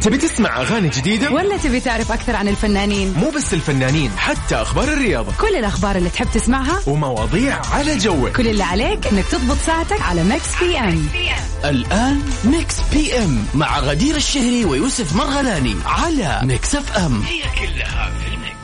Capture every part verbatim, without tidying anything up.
تبي تسمع أغاني جديدة ولا تبي تعرف أكثر عن الفنانين؟ مو بس الفنانين، حتى أخبار الرياضة، كل الأخبار اللي تحب تسمعها ومواضيع على جوك. كل اللي عليك إنك تضبط ساعتك على ميكس بي ام. الآن ميكس بي ام مع غدير الشهري ويوسف مرغلاني على ميكس اف ام. هي كلها في الميكس.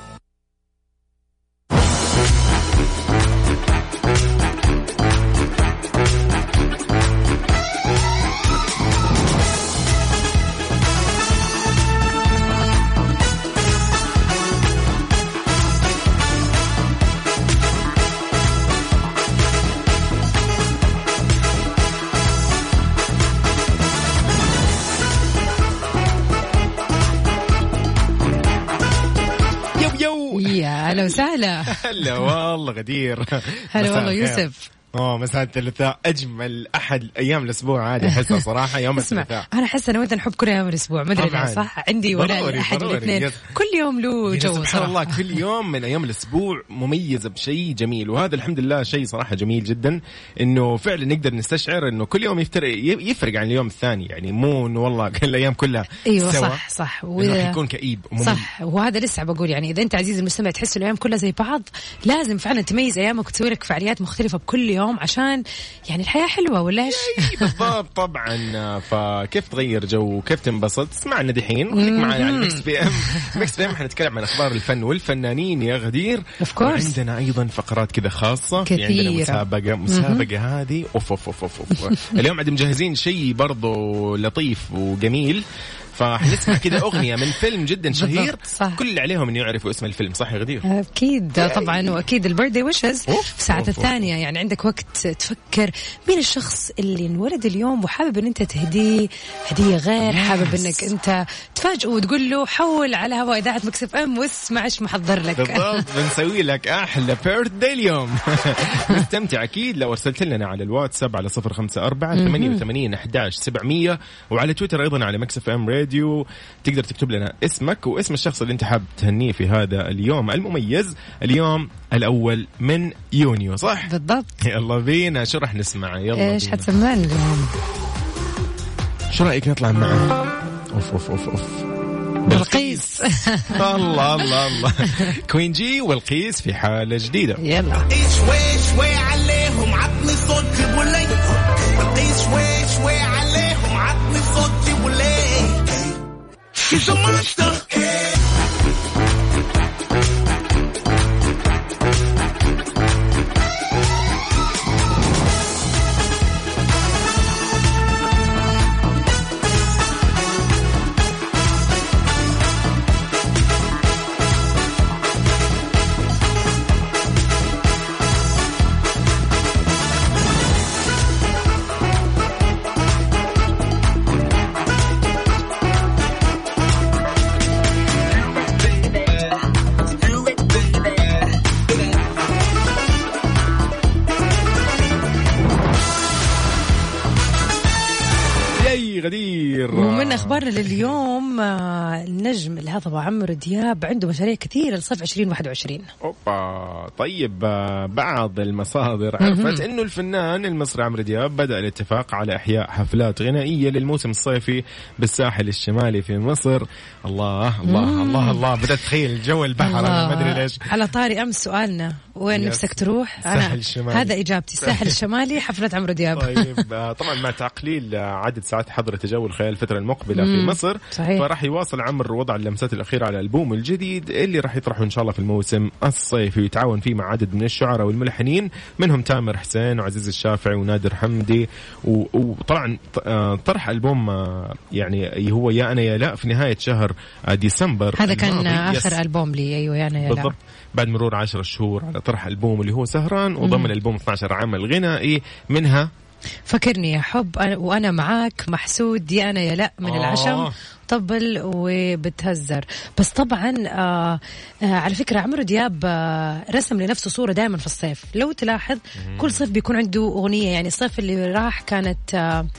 هلا وسهلا. هلا والله غدير. هلا والله يوسف. اه مساء الثلاثاء اجمل احد ايام الاسبوع هذه احسها صراحه يوم الثلاثاء. انا احس انا وانت نحب كل ايام الاسبوع ما ادري ليه صح عندي ولا الاحد الاثنين كل يوم له جو سبحان الله. كل يوم من ايام الاسبوع مميزه بشيء جميل وهذا الحمد لله شيء صراحه جميل جدا انه فعلا نقدر نستشعر انه كل يوم يفترق يفرق عن اليوم الثاني يعني مو انه والله كل الايام كلها ايوه سوا. صح صح وإذا يكون كئيب وممل. صح وهذا لسه بقول يعني اذا انت عزيزي المستمع تحس الايام كلها زي بعض لازم فعلا تميز ايامك وتسوي لك فعاليات مختلفه بكل يوم عشان يعني الحياة حلوة ولا إيش؟ بالضبط طبعا. فكيف تغير جو وكيف تنبسط اسمعنا دحين خليك معنا على ميكس بي ام. ميكس بي ام حنتكلم عن أخبار الفن والفنانين يا غدير. عندنا أيضا فقرات كذا خاصة كثيرة. عندنا مسابقة مسابقة هذه أوف أوف أوف أوف, أوف. اليوم عندنا مجهزين شيء برضو لطيف وجميل فحنسمع كذا أغنية من فيلم جدا شهير كل اللي عليهم إنه يعرفوا اسم الفيلم صح يا غدير؟ أكيد طبعا وأكيد البيرثدي ويشز في ساعة الثانية يعني عندك وقت تفكر مين الشخص اللي انولد اليوم وحابب إن أنت تهديه هدية غير حابب إنك أنت تفاجئه وتقول له حول على هواء إذاعة ميكس اف ام واسمع إيش محضر لك. بالضبط بنسوي لك أحلى بيرثدي اليوم. نستمتع أكيد لو أرسلت لنا على الواتساب على صفر خمسة أربعة ثمانية وثمانين أحد عشر سبعمية وعلى تويتر أيضا على ميكس اف ام راديو تقدر تكتب لنا اسمك واسم الشخص اللي انت حاب تهنيه في هذا اليوم المميز اليوم الأول من يونيو صح؟ بالضبط. يلا بينا شو رح نسمع؟ يلا ايش حتسمعنا اليوم؟ شو رأيك نطلع معه؟ اوف اوف اوف اوف بلقيس. الله الله الله. كوين جي والقيس في حالة جديدة. يلا شوي شوي عليهم عطني صوتي ولي شوي شوي عليهم عطني صوتي ولي She's a monster. ومن أخبارنا لليوم النجم الهضبة عمرو دياب عنده مشاريع كثيرة لصيف عشرين واحد وعشرين. أوبا طيب بعض المصادر عرفت إنه الفنان المصري عمرو دياب بدأ الاتفاق على إحياء حفلات غنائية للموسم الصيفي بالساحل الشمالي في مصر. الله الله مم. الله الله بدأت تخيل جو البحر أنا ما أدري ليش. على طاري أمس سؤالنا وين نفسك تروح؟ أنا هذا إجابتي الساحل الشمالي حفلة عمرو دياب. طيب طبعا مع تعقليل عدد ساعات حظر التجول خلال الفترة المقبلة في مصر صحيح. فراح يواصل عمرو وضع اللمسات الأخيرة على الألبوم الجديد اللي راح يطرحه إن شاء الله في الموسم الصيفي ويتعاون فيه مع عدد من الشعراء والملحنين منهم تامر حسين وعزيز الشافعي ونادر حمدي وطبعا طرح ألبوم يعني هو يا أنا يا لا في نهاية شهر ديسمبر. هذا كان آخر يس. ألبوم لي أيوة يا أنا يا لا بالضبط بعد مرور عشر شهور على طرح ألبوم اللي هو سهران وضمن ألبوم اثنا عشر عمل غنائي منها فكرني يا حب وأنا معاك محسود يا أنا يا لا من آه. العشم طبل وبتهزر. بس طبعا آه آه على فكرة عمرو دياب آه رسم لنفسه صورة دائما في الصيف لو تلاحظ مم. كل صيف بيكون عنده أغنية يعني الصيف اللي راح كانت آه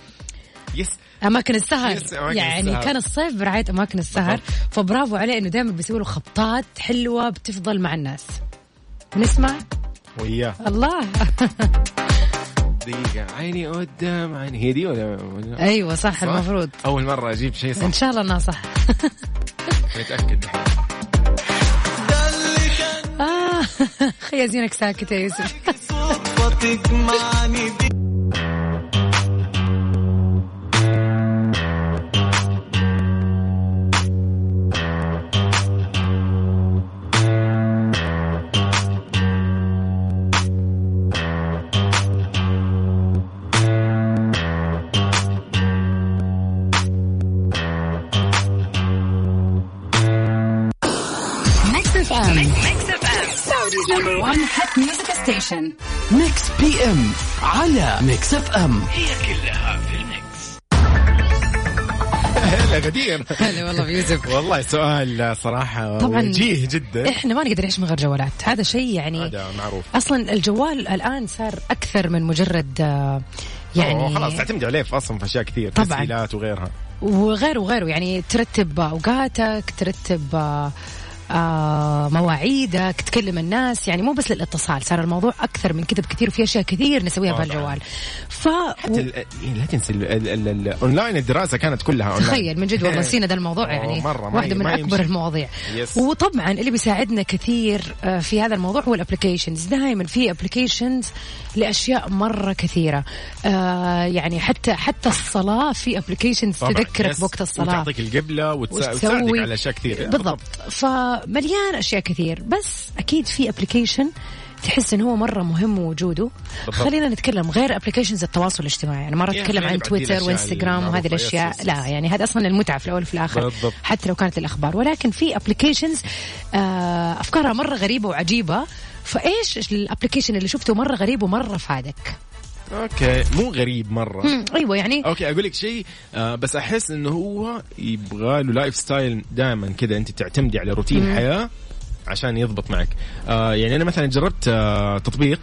يس أماكن السهر يعني السهر. كان الصيف برعاية أماكن السهر فبرافو عليه إنه دائما بيسوي له خبطات حلوة بتفضل مع الناس. نسمع وياه الله دقيقة عيني قدام عيني، هي دي ولا؟ أيوة صح, صح؟ المفروض أول مرة أجيب شيء صح. إن شاء الله أنها صح. متأكد. آه خيازينك ساكتة يا يوسف. ميكس بي ام على ميكس اف ام. هي كلها في الميكس. هلا غدير. هلا والله بيوسف. والله سؤال صراحة وجيه جدا. احنا ما نقدر نعيش من غير جوالات, هذا شيء يعني هذا معروف. اصلا الجوال الان صار اكثر من مجرد يعني خلاص تعتمد عليه في اصلا في اشياء كثير, تسجيلات وغيرها وغيره وغيره يعني ترتب اوقاتك, ترتب آه مواعيدك, تكلم الناس, يعني مو بس للاتصال, صار الموضوع أكثر من كذا بكثير, وفي أشياء كثير نسويها بهالجوال. ف حتى ال... لا تنسي الأونلاين, الدراسة كانت كلها أونلاين. تخيل من جد والله نسينا ده الموضوع, يعني واحدة من أكبر المواضيع. يس. وطبعا اللي بيساعدنا كثير في هذا الموضوع هو الابليكيشنز. دائما في ابليكيشنز لأشياء مرة كثيرة, آه يعني حتى حتى الصلاة في ابليكيشنز تذكرك بوقت الصلاة, وتعطيك القبلة وتساعدك على أشياء كثير. بالضبط. ف مليان أشياء كثير, بس أكيد في أبليكيشن تحس إنه هو مرة مهم وجوده. خلينا نتكلم غير أبليكيشنز التواصل الاجتماعي, يعني مرة نتكلم عن تويتر وإنستغرام وهذه الأشياء, لا يعني هذا أصلا المتعة في الأول وفي الآخر بالضبط. حتى لو كانت الأخبار, ولكن في أبليكيشنز آه أفكارها مرة غريبة وعجيبة. فإيش الأبليكيشن اللي شفته مرة غريب ومرة فادك؟ اوكي مو غريب مره. ايوه يعني اوكي اقول لك شيء, آه بس احس انه هو يبغى له لايف ستايل دائما كذا, انت تعتمدي على روتين مم. حياه عشان يضبط معك. آه يعني انا مثلا جربت آه تطبيق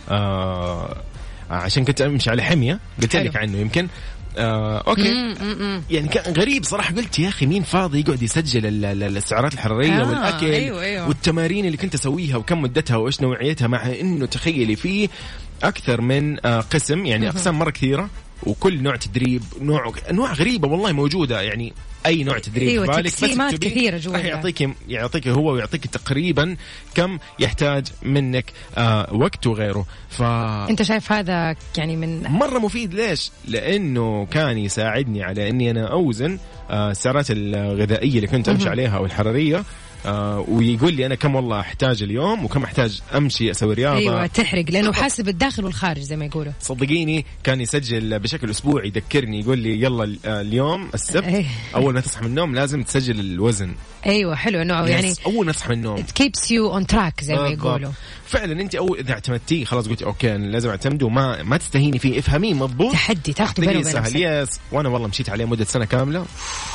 آه عشان كنت امشي على حميه, قلت لك عنه يمكن. آه أوكي مم مم. يعني كان غريب صراحة, قلت يا أخي مين فاضي يقعد يسجل السعرات الحرارية آه والأكل أيوة أيوة. والتمارين اللي كنت أسويها وكم مدتها وإيش نوعيتها, مع إنه تخيلي فيه أكثر من آه قسم, يعني أقسام مرة كثيرة, وكل نوع تدريب نوع أنواع غريبة والله موجودة, يعني أي نوع تدريب أيوة بالك تقسيمات كثيرة جوا, راح يعطيك يعطيك هو ويعطيك تقريبا كم يحتاج منك آه وقت وغيره. فأنت شايف هذا يعني من مرة مفيد. ليش؟ لأنه كان يساعدني على أني أنا أوزن آه السعرات الغذائية اللي كنت أمشي عليها أو الحرارية, آه ويقول لي أنا كم والله أحتاج اليوم وكم أحتاج أمشي أسوي رياضة. أيوة تحرق, لأنه حاسب الداخل والخارج زي ما يقولوا. صدقيني كان يسجل بشكل أسبوعي, يذكرني يقول لي يلا اليوم السبت أول ما تصحى من النوم لازم تسجل الوزن. أيوة حلو نوعه, يعني أول ما تصحى من النوم it keeps you on track زي ما يقولوا. فعلا أنت أول إذا اعتمدتيه خلاص قلت أوكي أنا لازم أعتمده, ما ما تستهيني فيه, افهميه مضبوط, تحدي تاخده بينه وبين نفسك. يس. وأنا والله مشيت عليه مدة سنة كاملة.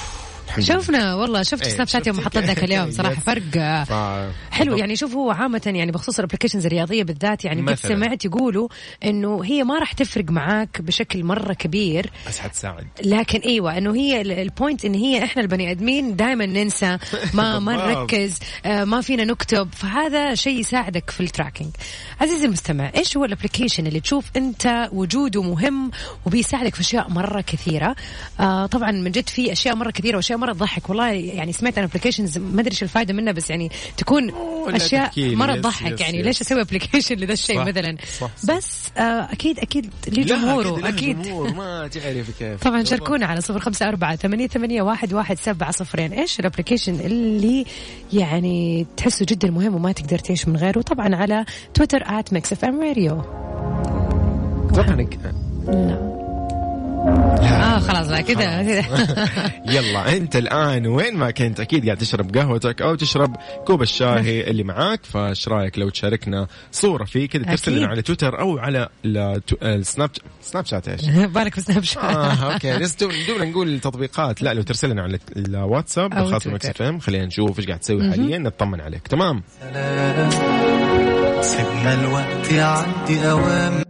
شوفنا والله شفت سناب شات يوم حطيت ذاك اليوم صراحة فرق حلو. يعني شوف هو عامة يعني بخصوص الابليكيشنز الرياضية بالذات, يعني قد سمعت يقولوا انه هي ما راح تفرق معاك بشكل مرة كبير, بس حتساعد. لكن ايوه انه هي البوينت ان هي احنا البني ادمين دائما ننسى, ما ما نركز, ما فينا نكتب, فهذا شيء يساعدك في التراكينج. عزيزي المستمع, ايش هو الابليكيشن اللي تشوف انت وجوده مهم وبيساعدك في اشياء مرة كثيرة؟ آه طبعا من جد في اشياء مرة كثيرة واشياء مرة تضحك والله, يعني سمعت عن ابليكيشنز ما ادري ايش الفائده منها, بس يعني تكون اشياء مره تضحك, يعني يس ليش اسوي ابليكيشن لذا الشيء مثلا, صح صح. بس آه اكيد اكيد ليه جمهوره, اكيد جمهور ما تعرف كيف. طبعا شاركونا على صفر خمسة أربعة ثمانية ثمانية واحد واحد سبعة صفرين, ايش الابليكيشن اللي يعني تحسه جدا مهم وما تقدر تعيش من غيره. طبعا على تويتر آت ميكس اف ام راديو. طبعا لا اه خلاص لا كده. يلا انت الان وين ما كنت اكيد قاعد تشرب قهوتك او تشرب كوب الشاي اللي معاك, فايش رايك لو تشاركنا صوره فيه كذا, ترسل لنا على تويتر او على السناب سناب شات. ايش بالك في سناب شات؟ اه اوكي بس دوبنا نقول التطبيقات, لا لو ترسل لنا على الواتساب الخاص بمكس اف ام, خلينا نشوف ايش قاعد تسوي حاليا, نطمن عليك. تمام سيبنا الوقت يعدي اوام.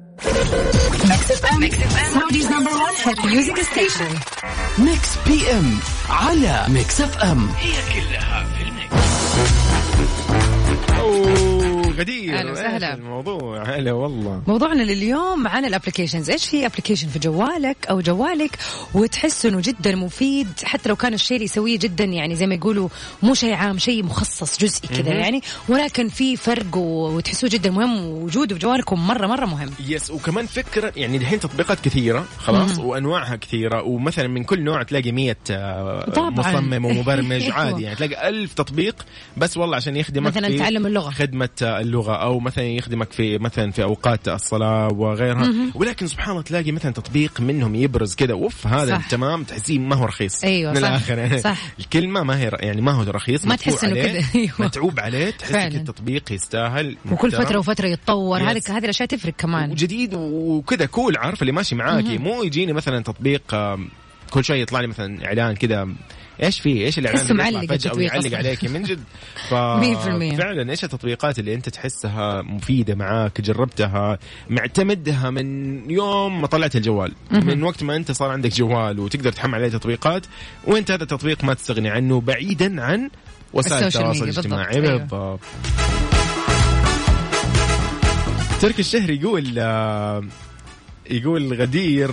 Saudi's number one hit music station. Mix بي إم على Mix إف إم. هي كلها في الميكس. أوه غدير. أهلا وسهلا. الموضوع هلا والله. موضوعنا لليوم عن الابلكيشنز. ايش في ابلكيشن في جوالك او جوالك وتحس انه جدا مفيد حتى لو كان الشيء اللي يسويه جدا يعني زي ما يقولوا مو شيء عام، شيء مخصص جزئي كذا يعني، ولكن في فرق وتحسوه جدا مهم ووجوده في جوالكم مره مره مهم. يس. وكمان فكره يعني الحين تطبيقات كثيره خلاص مم. وانواعها كثيره، ومثلا من كل نوع تلاقي مية مصمم ومبرمج عادي يعني تلاقي ألف تطبيق بس والله عشان يخدمك مثلا في تعلم اللغة، خدمة اللغة، أو مثلا يخدمك في مثلا في أوقات الصلاة وغيرها. مم. ولكن سبحان الله تلاقي مثلا تطبيق منهم يبرز كذا وف هذا صح. تمام تحسيه ما هو رخيص. أيوة من الآخر يعني صح. الكلمة ما هي يعني ما هو رخيص، ما تحس إنه كذا أيوة. متعوب عليه، تحس التطبيق يستاهل وكل فترة وفترة يتطور. هذه هذه الأشياء تفرق كمان وجديد وكذا كول عارف اللي ماشي معاكي. مو يجيني مثلا تطبيق كل شوي يطلع لي مثلا إعلان كذا ايش فيه ايش الاعلان اللي فجأة ويعلق عليك من جد. ففعلا ايش التطبيقات اللي انت تحسها مفيدة معاك جربتها معتمدها من يوم ما طلعت الجوال، من وقت ما انت صار عندك جوال وتقدر تحمل عليه تطبيقات، وانت هذا التطبيق ما تستغني عنه بعيدا عن وسائل التواصل الاجتماعي. بالضبط. تركي الشهري يقول يقول غدير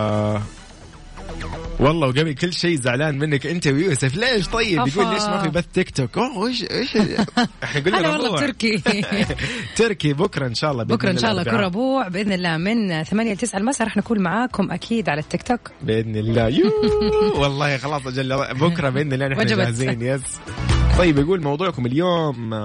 والله وقبل كل شيء زعلان منك انت ويوسف. ليش طيب؟ يقول ليش ما في بث تيك توك؟ اوه ايش ايش احنا قلنا والله تركي تركي بكره ان شاء الله بكره ان شاء الله كل ربوع باذن الله من ثمانية لتسعة المساء رح نكون معاكم اكيد على التيك توك باذن الله. يو والله خلاص اجل بكره باذن الله نحن جاهزين. يس. طيب يقول موضوعكم اليوم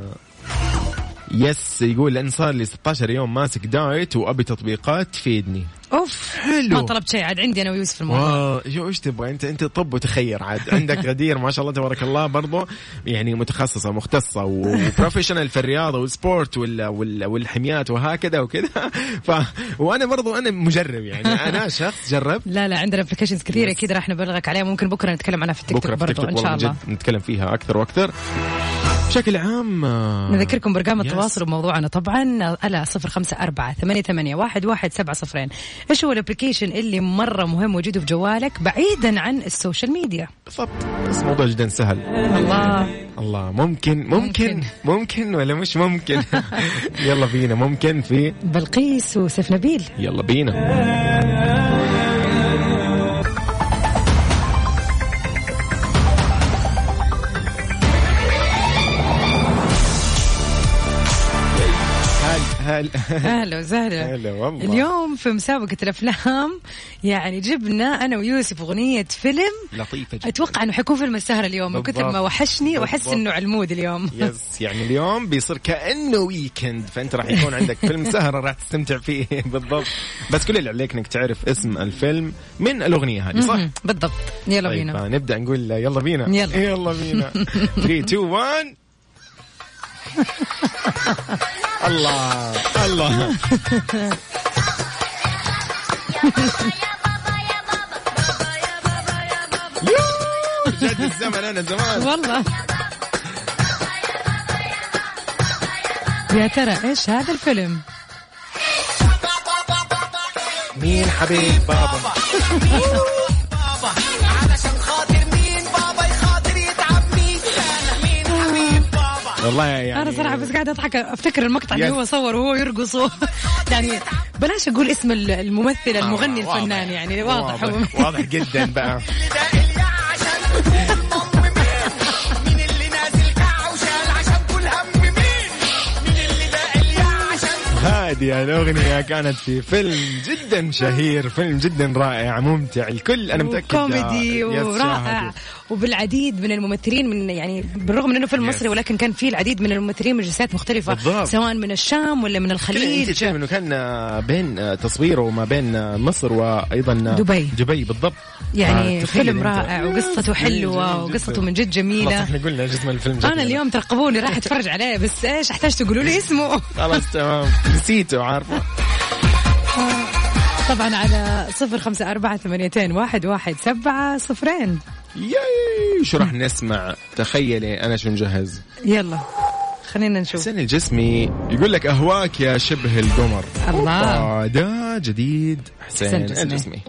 يس. يقول لأن صار لي ستة عشر يوم ماسك دايت وأبي تطبيقات تفيدني. أوف حلو. ما طلبت شيء عاد عندي أنا ويوسف الموضوع. شو إيش تبغى أنت أنت طب وتخير عاد عندك غدير ما شاء الله تبارك الله برضو يعني متخصصة مختصة وبروفيشنال في الرياضة والسبورت وال وال والحميات وهكذا وكذا. ف وأنا برضو أنا مجرب يعني أنا شخص جرب. لا لا عندنا أبليكيشنز كثيرة كده راح نبلغك عليها. ممكن بكرة نتكلم عنها في التيك توك برضو إن شاء الله نتكلم فيها أكثر وأكثر. بشكل عام نذكركم برقم التواصل وموضوعنا طبعا على صفر خمسة أربعة ثمانية ثمانية واحد واحد سبعة صفرين. إيش هو الابليكيشن اللي مرة مهم وجوده في جوالك بعيدا عن السوشيال ميديا؟ بالضبط. بس موضوع جدا سهل. الله الله ممكن ممكن ممكن, ممكن ولا مش ممكن؟ يلا بينا. ممكن في بلقيس وسيف نبيل. يلا بينا. أهلا وسهلا. اليوم في مسابقة الأفلام يعني جبنا أنا ويوسف أغنية فيلم لطيفة جدا. أتوقع أنه حيكون فيلم السهرة اليوم من كثر ما وحشني وأحس أنه على المود اليوم. يس يعني اليوم بيصير كأنه ويكند، فأنت راح يكون عندك فيلم سهرة راح تستمتع فيه. بالضبط. بس كل اللي عليك إنك تعرف اسم الفيلم من الأغنية هذه صح؟ بالضبط. يلا طيب بينا. نبدأ نقول يلا بينا. يلا, يلا بينا. ثلاثة اثنين واحد. الله الله. جد الزمن أنا زمان والله. يا ترى إيش هذا الفيلم؟ مين حبيب بابا؟ والله يعني أنا صراحة بس قاعدة أضحك أفتكر المقطع اللي هو صور وهو يرقص يعني بلاش أقول اسم الممثل المغني آه الفنان يعني واضح واضح, واضح جدا بقى. هذه الأغنية كانت في فيلم جدا شهير، فيلم جدا رائع ممتع الكل أنا متأكد كوميدي ورائع وبالعديد من الممثلين من يعني بالرغم من انه فيلم مصري ولكن كان فيه العديد من الممثلين من جنسيات مختلفة بالضبط. سواء من الشام ولا من الخليج. انت انه كان بين تصويره ما بين مصر وايضا دبي. دبي بالضبط. يعني فيلم رائع وقصته حلوة وقصته من جد جميلة. احنا قلنا جسم الفيلم انا اليوم ترقبوني راح اتفرج عليه بس ايش احتاج تقولوا لي اسمه. خلاص تمام نسيته عارفة. طبعا على صفر خمسة أربعة ثمانيتين واحد واحد سبعة صفرين. ياي شو راح نسمع؟ تخيلي أنا شو نجهز. يلا خلينا نشوف. حسين الجسمي يقول لك أهواك يا شبه القمر. الله ده جديد حسين, حسين الجسمي, الجسمي.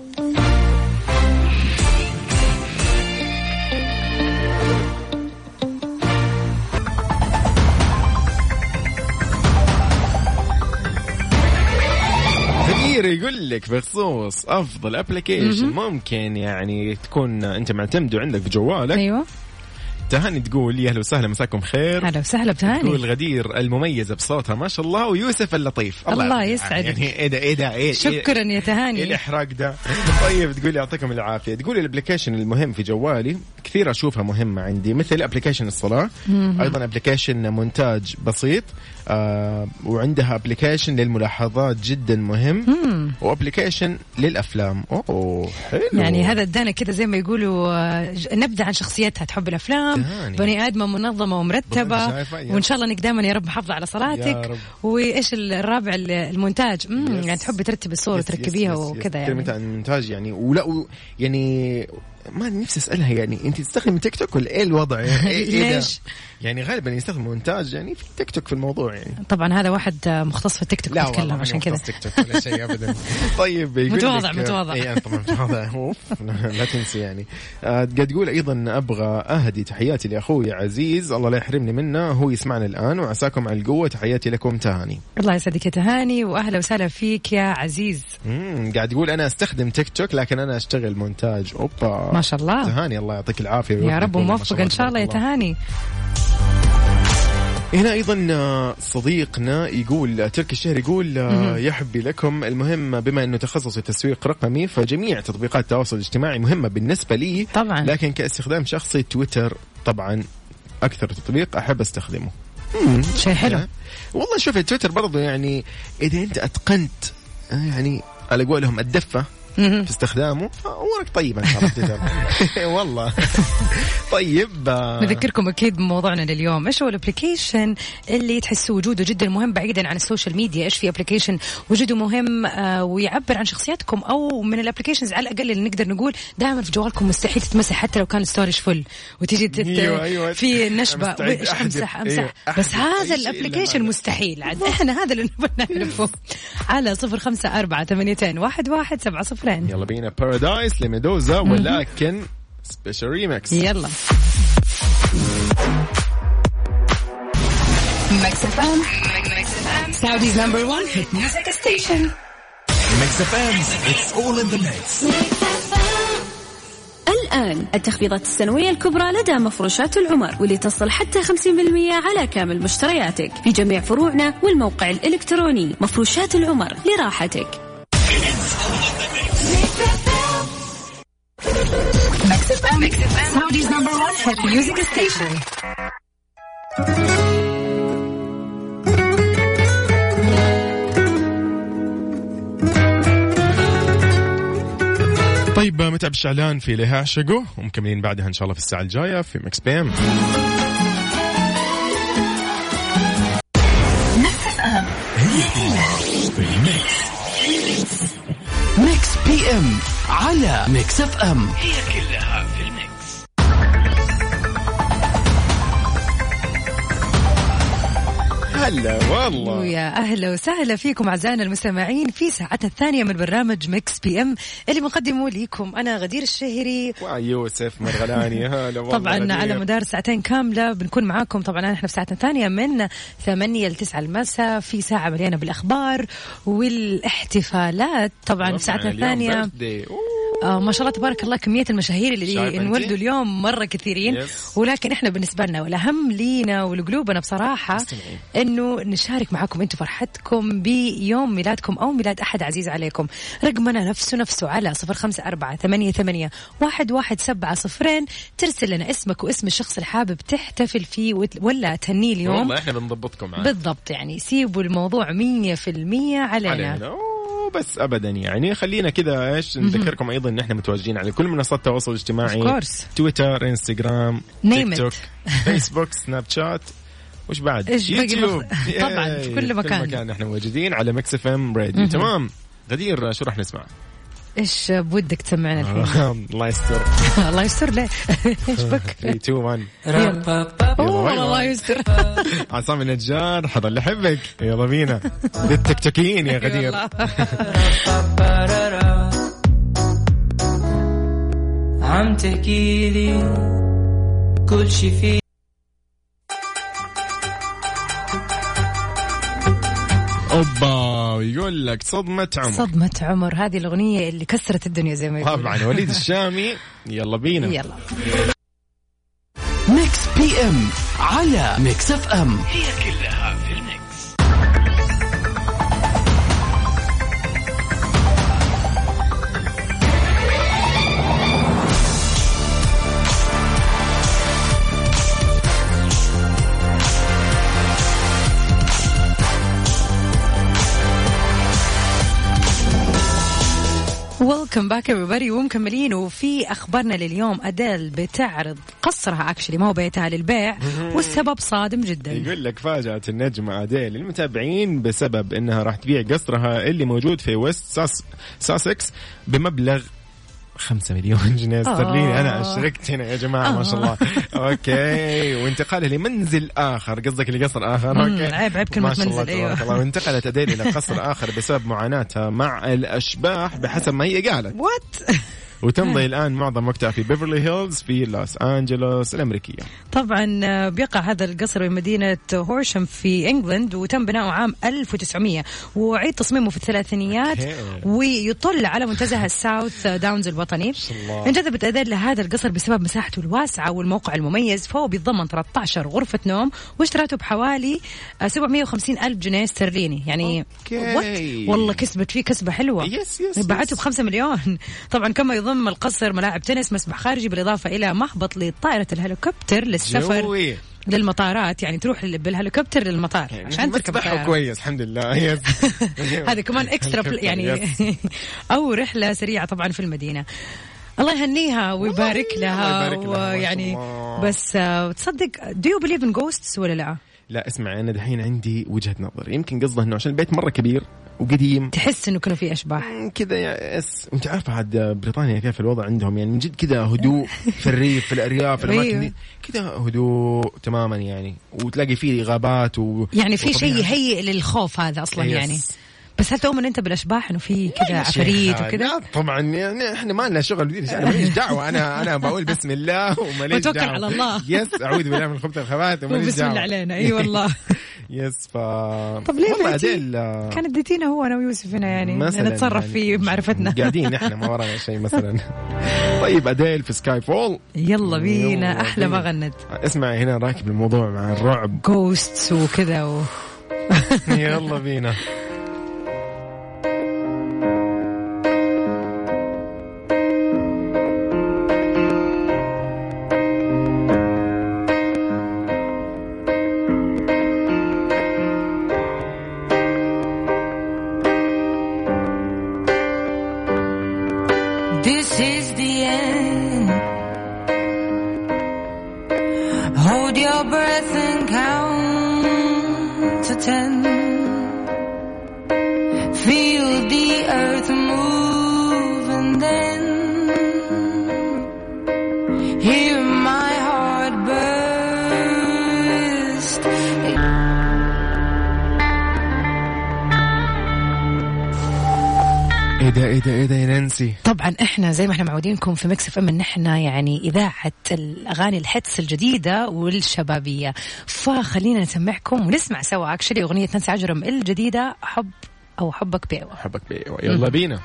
يقول لك بخصوص افضل ابلكيشن ممكن يعني تكون انت معتمد عندك في جوالك. ايوه تهاني تقول يا اهلا وسهلا مساكم خير. اهلا وسهلا بتهاني. تقول غدير المميزه بصوتها ما شاء الله ويوسف اللطيف. الله, الله يسعدك. يعني ايه ده ايه ده إيه شكرا يا تهاني. ايه الاحراق ده. طيب تقول يعطيكم العافيه. تقول الابلكيشن المهم في جوالي كثير اشوفها مهمه عندي مثل ابلكيشن الصلاه، ايضا ابلكيشن مونتاج بسيط، آه وعندها ابلكيشن للملاحظات جدا مهم، وابلكيشن للافلام. اوه حلو. يعني هذا ادانا كذا زي ما يقولوا نبذه عن شخصيتها، تحب الافلام، بني ادمه منظمه ومرتبه، وان شاء الله انك دائما يا رب محافظه على صلاتك. وايش الرابع المونتاج، امم يعني تحبي ترتبي الصور وتركبيها وكذا. يعني كلمه عن المونتاج يعني ولا يعني ما نفسي اسالها يعني انت تستخدم تيك توك ولا ايه الوضع يعني إيه ليش يعني غالبا يستخدم مونتاج يعني في تيك توك في الموضوع يعني. طبعا هذا واحد مختص في التيك توك يتكلم عشان كذا. تيك توك ولا شيء ابدا. طيب يقول متواضع متواضع اي انا طبعا متواضع لا تنسي يعني. قاعد تقول ايضا ابغى اهدي تحياتي لاخوي عزيز الله لا يحرمني منه، هو يسمعنا الان وعساكم على القوه. تحياتي لكم تهاني. الله يسعدك يا تهاني واهلا وسهلا فيك يا عزيز. امم قاعد يقول انا استخدم تيك توك لكن انا اشتغل مونتاج. اوبا ما شاء الله تهاني الله يعطيك العافيه يا رب وموفق ان شاء الله يا تهاني. هنا أيضا صديقنا يقول تركي الشهر يقول يحبي لكم المهم بما أنه تخصص التسويق رقمي فجميع تطبيقات التواصل الاجتماعي مهمة بالنسبة لي طبعا، لكن كاستخدام شخصي تويتر طبعا أكثر تطبيق أحب استخدمه. شيء حلو والله. شوف التويتر برضو يعني إذا أنت أتقنت يعني على قولهم الدفة في استخدامه أمورك طيبة إن شاء الله. والله طيب نذكركم أكيد بموضوعنا لليوم. إيش هو الابليكيشن اللي تحسوا وجوده جدا مهم بعيدا عن السوشيال ميديا؟ إيش في ابليكيشن وجوده مهم آه ويعبر عن شخصياتكم، أو من الابليكيشنز على الأقل اللي نقدر نقول دائما في جوالكم مستحيل تتمسح حتى لو كان ستوريج فل وتيجي تت... أيوة أيوة. في نشبة وإيش أمسح أمسح أيوة. بس هذا الابليكيشن مستحيل عاد إحنا هذا اللي نبغى نعرفه. على صفر خمسة أربعة ثمانية واحد واحد سبعة صفرين. يلا بينا بارادايس لميدوزا ولكن سبيشال ريمكس. يلا ميكس اف ام Saudi's number one hit music station. ميكس اف ام it's all in the mix. الآن التخفيضات السنوية الكبرى لدى مفروشات العمر واللي تصل حتى خمسين بالمئة على كامل مشترياتك في جميع فروعنا والموقع الإلكتروني. مفروشات العمر لراحتك. Mix اف ام Saudi's number one hit music station. طيب متعب الشعلان في لها عشقه ومكملين بعدها إن شاء الله في الساعة الجاية في ميكس بي ام. ميكس بي ام على ميكس اف ام هي كلها في الميكس. هلا والله ويا أهلا وسهلا فيكم أعزائنا المستمعين في ساعتنا الثانية من برنامج ميكس بي ام اللي بنقدمه لكم أنا غدير الشهري ويوسف مرغلاني. هلا والله. طبعا غدير. على مدار ساعتين كاملة بنكون معاكم. طبعا احنا في ساعتنا الثانية من ثمانية لتسعة المساء في ساعة مليانة بالأخبار والاحتفالات. طبعا في ساعتنا الثانية آه ما شاء الله تبارك الله كمية المشاهير اللي انولدوا اليوم مرة كثيرين. yes. ولكن احنا بالنسبة لنا والأهم لينا ولقلوبنا بصراحة مستمعين. انه نشارك معكم انتم فرحتكم بيوم ميلادكم او ميلاد احد عزيز عليكم. رقمنا نفسه نفسه على صفر خمسة أربعة ثمانية ثمانية واحد واحد سبعة صفرين. ترسل لنا اسمك واسم الشخص اللي حابب تحتفل فيه ولا تهنيه اليوم. والله احنا بنضبطكم معنا. بالضبط يعني سيبوا الموضوع مية في المية علينا, علينا. بس ابدا يعني خلينا كذا ايش نذكركم ايضا ان احنا متواجدين على كل منصات التواصل الاجتماعي. تويتر، انستغرام، تيك توك، فيسبوك، سناب شات، وش بعد يوتيوب. طبعا في كل مكان. في كل مكان احنا موجودين على ميكس اف ام راديو. تمام غدير شو راح نسمع؟ ايش بودك تسمعنا الحين؟ الله يستر. الله يستر ليه؟ ايش بك؟ ثلاثة اثنين واحد. الله يستر. عصام النجار حضر اللي يحبك. يلا بينا للتيك توكيين يا غدير. عم تحكي لي كل شي فيه. اوبا ويقول أقول لك صدمة عمر. صدمة عمر هذه الأغنية اللي كسرت الدنيا زي ما يقولوا. طبعا وليد الشامي. يلا بينا. يلا. ميكس بي ام على ميكس اف ام. هي كلها في الميكس. Welcome back everybody ومكملين. وفي أخبارنا لليوم أديل بتعرض قصرها أكشلي ما هو بيتها للبيع والسبب صادم جدا. يقول لك فاجأت النجمة أديل المتابعين بسبب أنها راح تبيع قصرها اللي موجود في ويست ساس ساسكس بمبلغ خمسة مليون جنيه استرليني. أنا أشركت هنا يا جماعة ما شاء الله. أوكي. وانتقالها لمنزل آخر. قصدك لقصر آخر. أوكي. عيب عيب كلمة منزل. أيوة. وانتقلت أديل إلى قصر آخر بسبب معاناتها مع الأشباح بحسب ما هي قالت. What؟ وتمضي الآن معظم وقتها في بيفرلي هيلز في لوس أنجلوس الأمريكية. طبعا بيقع هذا القصر بمدينة هورشام في إنجلند وتم بناؤه عام ألف وتسعمية وعيد تصميمه في الثلاثينيات ويطل على منتزه الساوث داونز الوطني. انجذبت أديل لهذا القصر بسبب مساحته الواسعة والموقع المميز فهو بيتضمن ثلاثة عشر غرفة نوم واشتراته بحوالي سبعمية وخمسين ألف جنيه استرليني يعني. والله كسبت فيه كسبة حلوة. يس يس بعته بخمسة مليون. طبعا كما يضم القصر ملاعب تنس مسبح خارجي بالإضافة إلى مهبط لطائرة الهليكوبتر للسفر جوي. للمطارات يعني تروح بالهليكوبتر للمطار يعني عشان تركب الطيارة. كويس الحمد لله. هذا كمان اكسترا يعني. أو رحلة سريعة طبعا في المدينة. الله يهنيها ويبارك لها ويعني بس تصدق do you believe in ghosts ولا لا؟ لا اسمع أنا دحين عندي وجهة نظر يمكن قصده إنه عشان البيت مرة كبير وقديم تحس إنه كانوا في أشباح كذا يا اس. أنت عارفة عاد بريطانيا كيف الوضع عندهم يعني من جد كذا هدوء في الريف في الأرياف في الأماكن دي كذا هدوء تماما يعني وتلاقي فيه غابات و يعني في شيء يهيئ للخوف هذا أصلا يعني. بس هل تؤمن أنت بالأشباح إنه في كذا عفاريت وكذا؟ طبعا يعني إحنا ما لنا شغل بدي أنا ماليش دعوة. أنا أنا بقول بسم الله وماليش دعوة. وتوكل على الله. يس أعوذ بالله من الخبث والخبائث وماليش دعوة. بسم الله علينا. أي والله. يس ف طب ليه أديل كانت ديتينا هو أنا ويوسف هنا يعني نتصرف يعني في معرفتنا قاعدين إحنا ما ورانا شيء مثلا. طيب أديل في سكاي فول. يلا بينا أحلى ما غنت. اسمع هنا راكب الموضوع مع الرعب جوستس وكذا و... يلا بينا. إيه إيه إيه يا نانسي. طبعا إحنا زي ما إحنا معودينكم في ميكس اف ام إن إحنا يعني إذاعة الأغاني الحدث الجديدة والشبابية فخلينا نسمعكم ونسمع سوا أكشلي أغنية نانسي عجرم الجديدة حب أو حبك بيعوة. حبك بيعوة يلا بينا.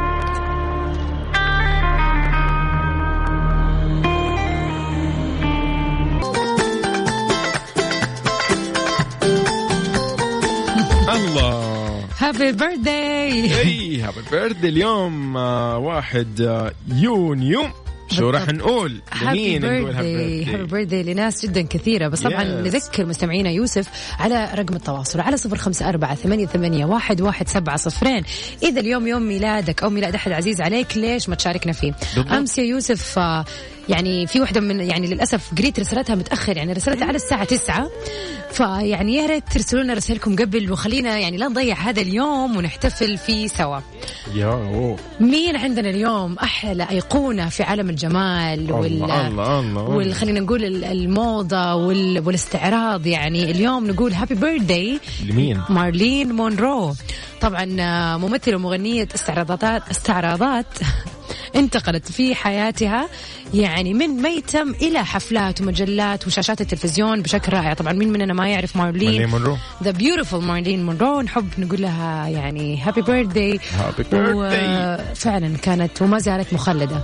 الله هابي بيرثداي. اي هابي بيرثداي اليوم آه واحد آه يونيو. شو راح نقول لمين نقول هابي بيرثداي لناس جدا كثيرة بس طبعا yes. نذكر مستمعينا يوسف على رقم التواصل على صفر خمسة أربعة ثمانية ثمانية واحد واحد سبعة صفرين. إذا اليوم يوم ميلادك أو ميلاد أحد عزيز عليك ليش ما تشاركنا فيه بالضبط. أمس يا يوسف آه يعني في واحدة من يعني للأسف قريت رسالتها متأخر يعني رسالتها على الساعة تسعة فيعني يا ريت ترسلوا لنا رسائلكم قبل وخلينا يعني لا نضيع هذا اليوم ونحتفل فيه سوا. يا مين عندنا اليوم أحلى أيقونة في عالم الجمال وال الله الله وال خلينا نقول الموضة وال والاستعراض يعني اليوم نقول هابي بيرثداي لمين؟ مارلين مونرو طبعا ممثلة ومغنية استعراضات استعراضات انتقلت في حياتها يعني من ميتم إلى حفلات ومجلات وشاشات التلفزيون بشكل رائع. طبعا مين مننا ما يعرف مارلين مونرو، The beautiful مارلين مونرو. نحب نقول لها يعني هابي بيرثداي. هابي بيرثداي. وفعلا كانت وما زالت مخلدة.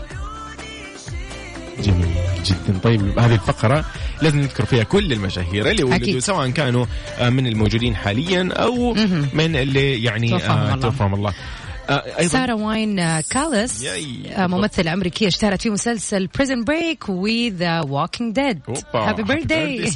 جميل جدا. طيب هذه الفقرة لازم نذكر فيها كل المشاهير اللي ولدوا سواء كانوا من الموجودين حاليا أو من اللي يعني توفاهم الله. سارة واين كاليس ممثلة أمريكية اشتهرت في مسلسل Prison Break و The Walking Dead. Happy birthday.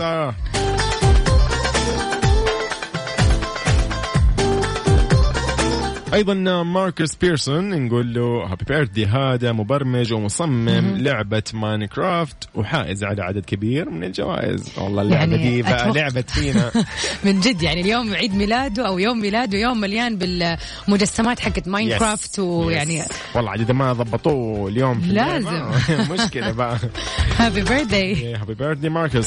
أيضا ماركوس بيرسون نقول له هابي بيرثدي. هذا مبرمج ومصمم لعبة ماينكرافت وحائز على عدد كبير من الجوائز. والله اللعبة يعني دي بقى لعبت فينا من جد. يعني اليوم عيد ميلاده أو يوم ميلاده يوم مليان بالمجسمات حقت ماينكرافت. ويعني والله عاد إذا ما ضبطوه اليوم في لازم مشكلة بقى. هابي بيرثدي. هابي بيرثدي ماركوس.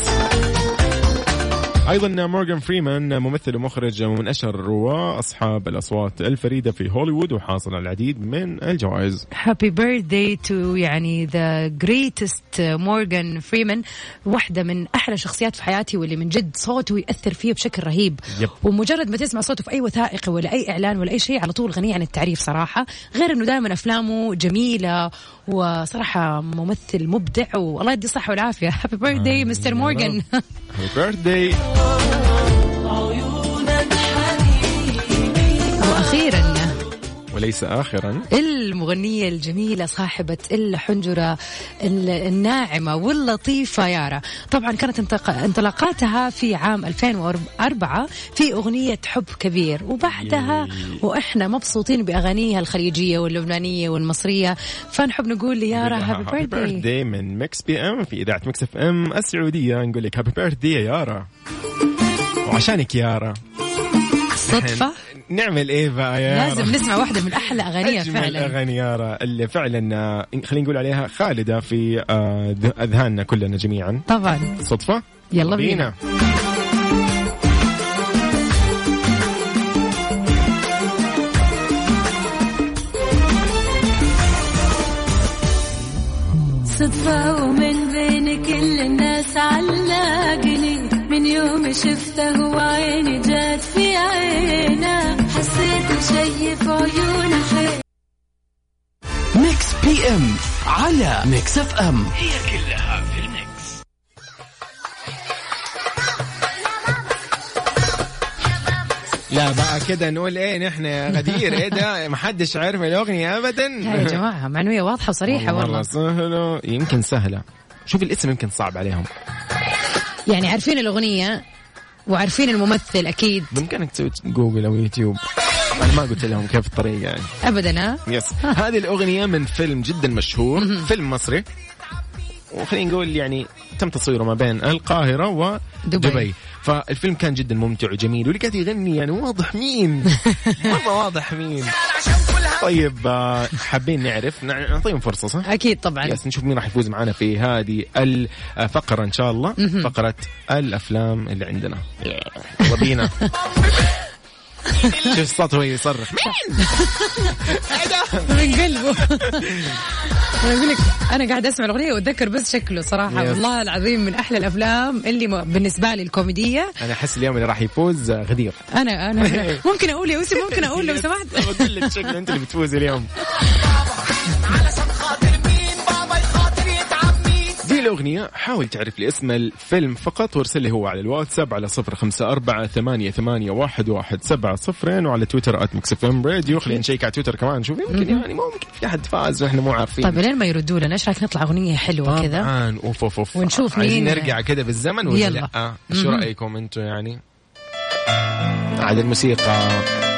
أيضا مورغان فريمان ممثل ومخرج ومن أشهر رواه أصحاب الأصوات الفريدة في هوليوود وحاصل على العديد من الجوائز. Happy birthday to يعني the greatest مورغان فريمان. واحدة من أحلى شخصيات في حياتي واللي من جد صوته يأثر فيه بشكل رهيب. يب. ومجرد ما تسمع صوته في أي وثائقي ولا أي إعلان ولا أي شيء على طول غني عن التعريف صراحة. غير إنه دائما أفلامه جميلة وصراحة ممثل مبدع والله يدي الصحة والعافية. Happy birthday مستر مورغان. Happy birthday. وأخيرا وليس آخرا المغنية الجميلة صاحبة الحنجرة الناعمة واللطيفة يارا. طبعا كانت انطلاقاتها في عام ألفين وأربعة في أغنية حب كبير. وبعدها وإحنا مبسوطين بأغانيها الخليجية واللبنانية والمصرية. فنحب نقول ليارا هابي بيرثدي من ميكس بي ام في إذاعة ميكس اف ام السعودية. نقول لك هابي بيرثدي يا يارا. وعشانك يارا صدفة نعمل ايه بقى يا لازم نسمع واحدة من احلى اغانيها فعلا. اغاني يارا اللي فعلا خلينا نقول عليها خالدة في اذهاننا كلنا جميعا. طبعا صدفة. يلا بينا, بينا. صدفة ومن بين كل الناس علاقني من يوم شفته وعيني جات في عينه حسيت شي في عيونه حي. ميكس بي ام على ميكس اف ام هي كلها في الميكس. لا بقى كده نقول ايه نحن غدير ايه ده ما حدش عارف الاغنيه ابدا. لا يا جماعه معنويه واضحه وصريحه. والله, والله سهله يمكن سهله. شوف الاسم يمكن صعب عليهم. يعني عارفين الاغنيه وعارفين الممثل اكيد. بامكانك تسوي جوجل او يوتيوب. انا ما قلت لهم كيف الطريقه يعني ابدا. ها يس. هذه الاغنيه من فيلم جدا مشهور فيلم مصري وخلينا نقول يعني تم تصويره ما بين القاهره ودبي. فالفيلم كان جدا ممتع وجميل واللي قاعد يغني يعني واضح مين مرة واضح مين. طيب حابين نعرف نعطيهم فرصة صح؟ أكيد طبعا. يس نشوف مين راح يفوز معنا في هذه الفقرة إن شاء الله. فقرة الأفلام اللي عندنا. وبينا شوف الصوت هو يصرخ مين من قلبه. أنا أقول لك أنا قاعد أسمع الأغنية وأتذكر بس شكله صراحة. والله العظيم من أحلى الأفلام اللي بالنسبة لي الكوميدية. أنا أحس اليوم اللي راح يفوز غدير. أنا أنا ممكن أقول يا يوسف ممكن أقول لو سمحت. أقول لك شكله أنت اللي بتفوز اليوم. دي الأغنية. حاول تعرف لي اسم الفيلم فقط وارسل لي هو على الواتساب على صفر خمسة أربعة ثمانية ثمانية واحد واحد سبعة صفرين وعلى تويتر آت ميكس إف إم راديو. خلينا نشيك على تويتر كمان نشوف يمكن يعني ممكن في أحد فاز وإحنا مو عارفين. طيب لين ما يردوا لنا إيش رأيك نطلع أغنية حلوة كذا طبعا أوف أوف أوف ونشوف عايزين مين نرجع كذا بالزمن ولا يلا. لا شو رأيكم أنتوا يعني عاد الموسيقى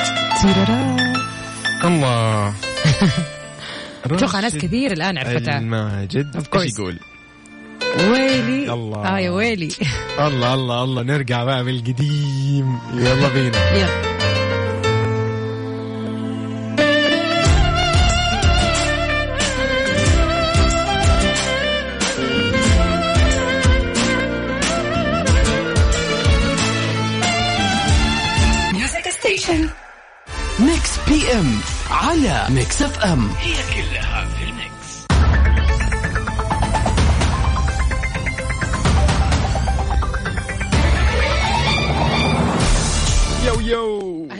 الله أتوقع ناس كثير الآن عرفتها. الماجد إيش يقول ويلي الله. آه يا ويلي. الله الله الله نرجع بقى بالقديم. يلا بينا يلا. ميكس بي ام على ميكس اف ام هي كلها في الميكس.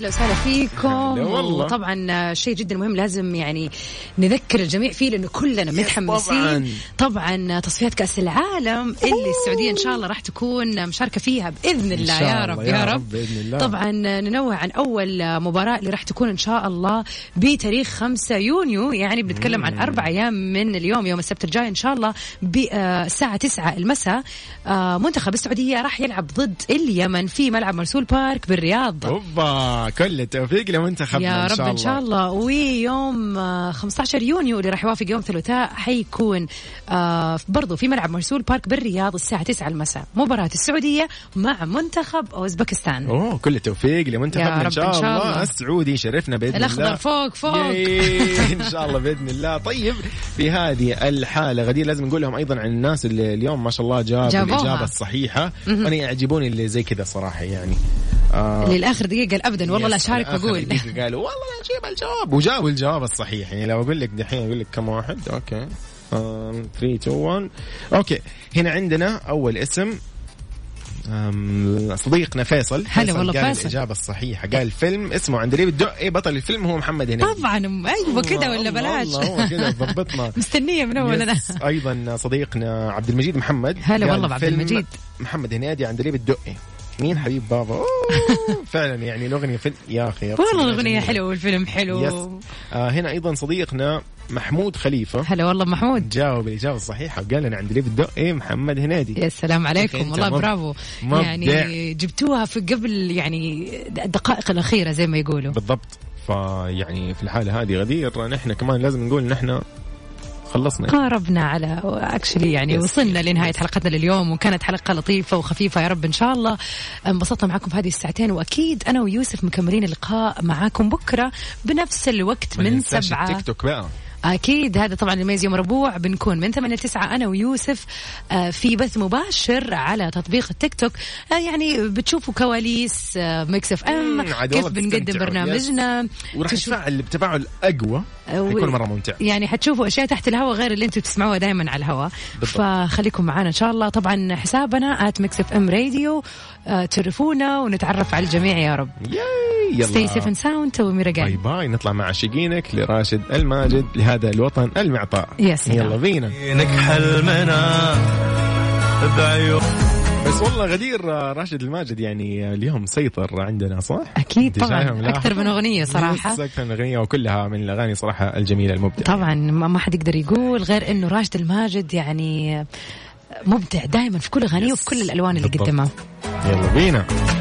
أهلا وسهلا فيكم. وطبعا شيء جدا مهم لازم يعني نذكر الجميع فيه لأنه كلنا متحمسين. طبعا, طبعا تصفيات كأس العالم اللي السعودية إن شاء الله راح تكون مشاركة فيها بإذن الله يا رب يا رب بإذن الله. طبعا ننوه عن أول مباراة اللي راح تكون إن شاء الله بتاريخ خمسة يونيو، يعني بنتكلم عن أربع أيام من اليوم، يوم السبت الجاي إن شاء الله بالساعة تسعة المساء. منتخب السعودية راح يلعب ضد اليمن في ملعب مرسول بارك بالرياض. أوبا كل التوفيق لمنتخبنا يا إن رب شاء الله. إن شاء الله. ويوم خمسة عشر يونيو اللي راح يوافق يوم ثلاثاء حيكون برضو في ملعب مرسول بارك بالرياض الساعة تسعة المساء مباراة السعودية مع منتخب أوزبكستان. أوه كل التوفيق لمنتخبنا إن شاء الله. الله السعودي شرفنا بإذن الأخضر الله. فوق فوق إن شاء الله بإذن الله. طيب في هذه الحالة غدير لازم نقول لهم أيضا عن الناس اللي اليوم ما شاء الله جابوا الإجابة الصحيحة. أنا يعجبوني اللي زي كذا صراحة يعني آه للآخر دقيقة أبدا والله لا شارك بقول قالوا والله لا نجيب الجواب وجابوا الجواب الصحيح. يعني لو أقول لك دحين أقول لك كم واحد. أوكي ثلاثة اثنين واحد. أوكي هنا عندنا أول اسم صديقنا فيصل. هلا والله قال فيصل. الإجابة الصحيحة قال فيلم اسمه عندليب الدقي، بطل الفيلم هو محمد هنيدي. طبعا أيوة كده ولا بلاش. والله هو كده ضبطنا. مستنية من أول أنا. أيضا صديقنا عبد المجيد محمد. هلا والله عبد المجيد. محمد هنيدي عندليب الدقي مين حبيب بابا. فعلا يعني الأغنية فيلم يا أخي والله الأغنية حلوة والفيلم حلو. يس. آه هنا أيضا صديقنا محمود خليفة. هلا والله محمود جاوب الإجابة الصحيحة قال لنا عندليب الدقي محمد هنيدي. يا سلام عليكم والله برافو. مبدع. يعني جبتوها في قبل يعني الدقائق الأخيرة زي ما يقولوا بالضبط. فيعني في الحالة هذه غدير نحن كمان لازم نقول نحن خلصنا قاربنا على اكشلي يعني يس. وصلنا لنهاية حلقتنا لليوم وكانت حلقة لطيفة وخفيفة يا رب إن شاء الله. انبسطنا معكم في هذه الساعتين وأكيد أنا ويوسف مكملين اللقاء معاكم بكرة بنفس الوقت من سبعة. تيك توك بقى أكيد هذا طبعا الميز يوم ربوع بنكون من ثمانية لتسعة أنا ويوسف في بث مباشر على تطبيق التيك توك. يعني بتشوفوا كواليس ميكس اف ام كيف بنقدم برنامجنا وراح تفاعل بتفاعل أقوى يكون مرة ممتع. يعني حتشوفوا أشياء تحت الهواء غير اللي أنتم تسمعوها دائما على الهواء. فخليكم معنا إن شاء الله. طبعا حسابنا آت ميكس اف ام راديو. تعرفونا ونتعرف على الجميع يا رب. يلا stay safe and sound وميرقان. باي باي. نطلع مع عشقينك لراشد الماجد لهذا الوطن المعطاء. يلا بينا حلمنا بعيون. بس والله غدير راشد الماجد يعني اليوم سيطر عندنا صح؟ أكيد طبعا أكثر من أغنية صراحة. أكثر من أغنية وكلها من الأغاني صراحة الجميلة المبدعة. طبعا ما حد يقدر يقول غير إنه راشد الماجد يعني مبدع دائما في كل أغانيه وفي كل الألوان اللي قدمها. يلا بينا.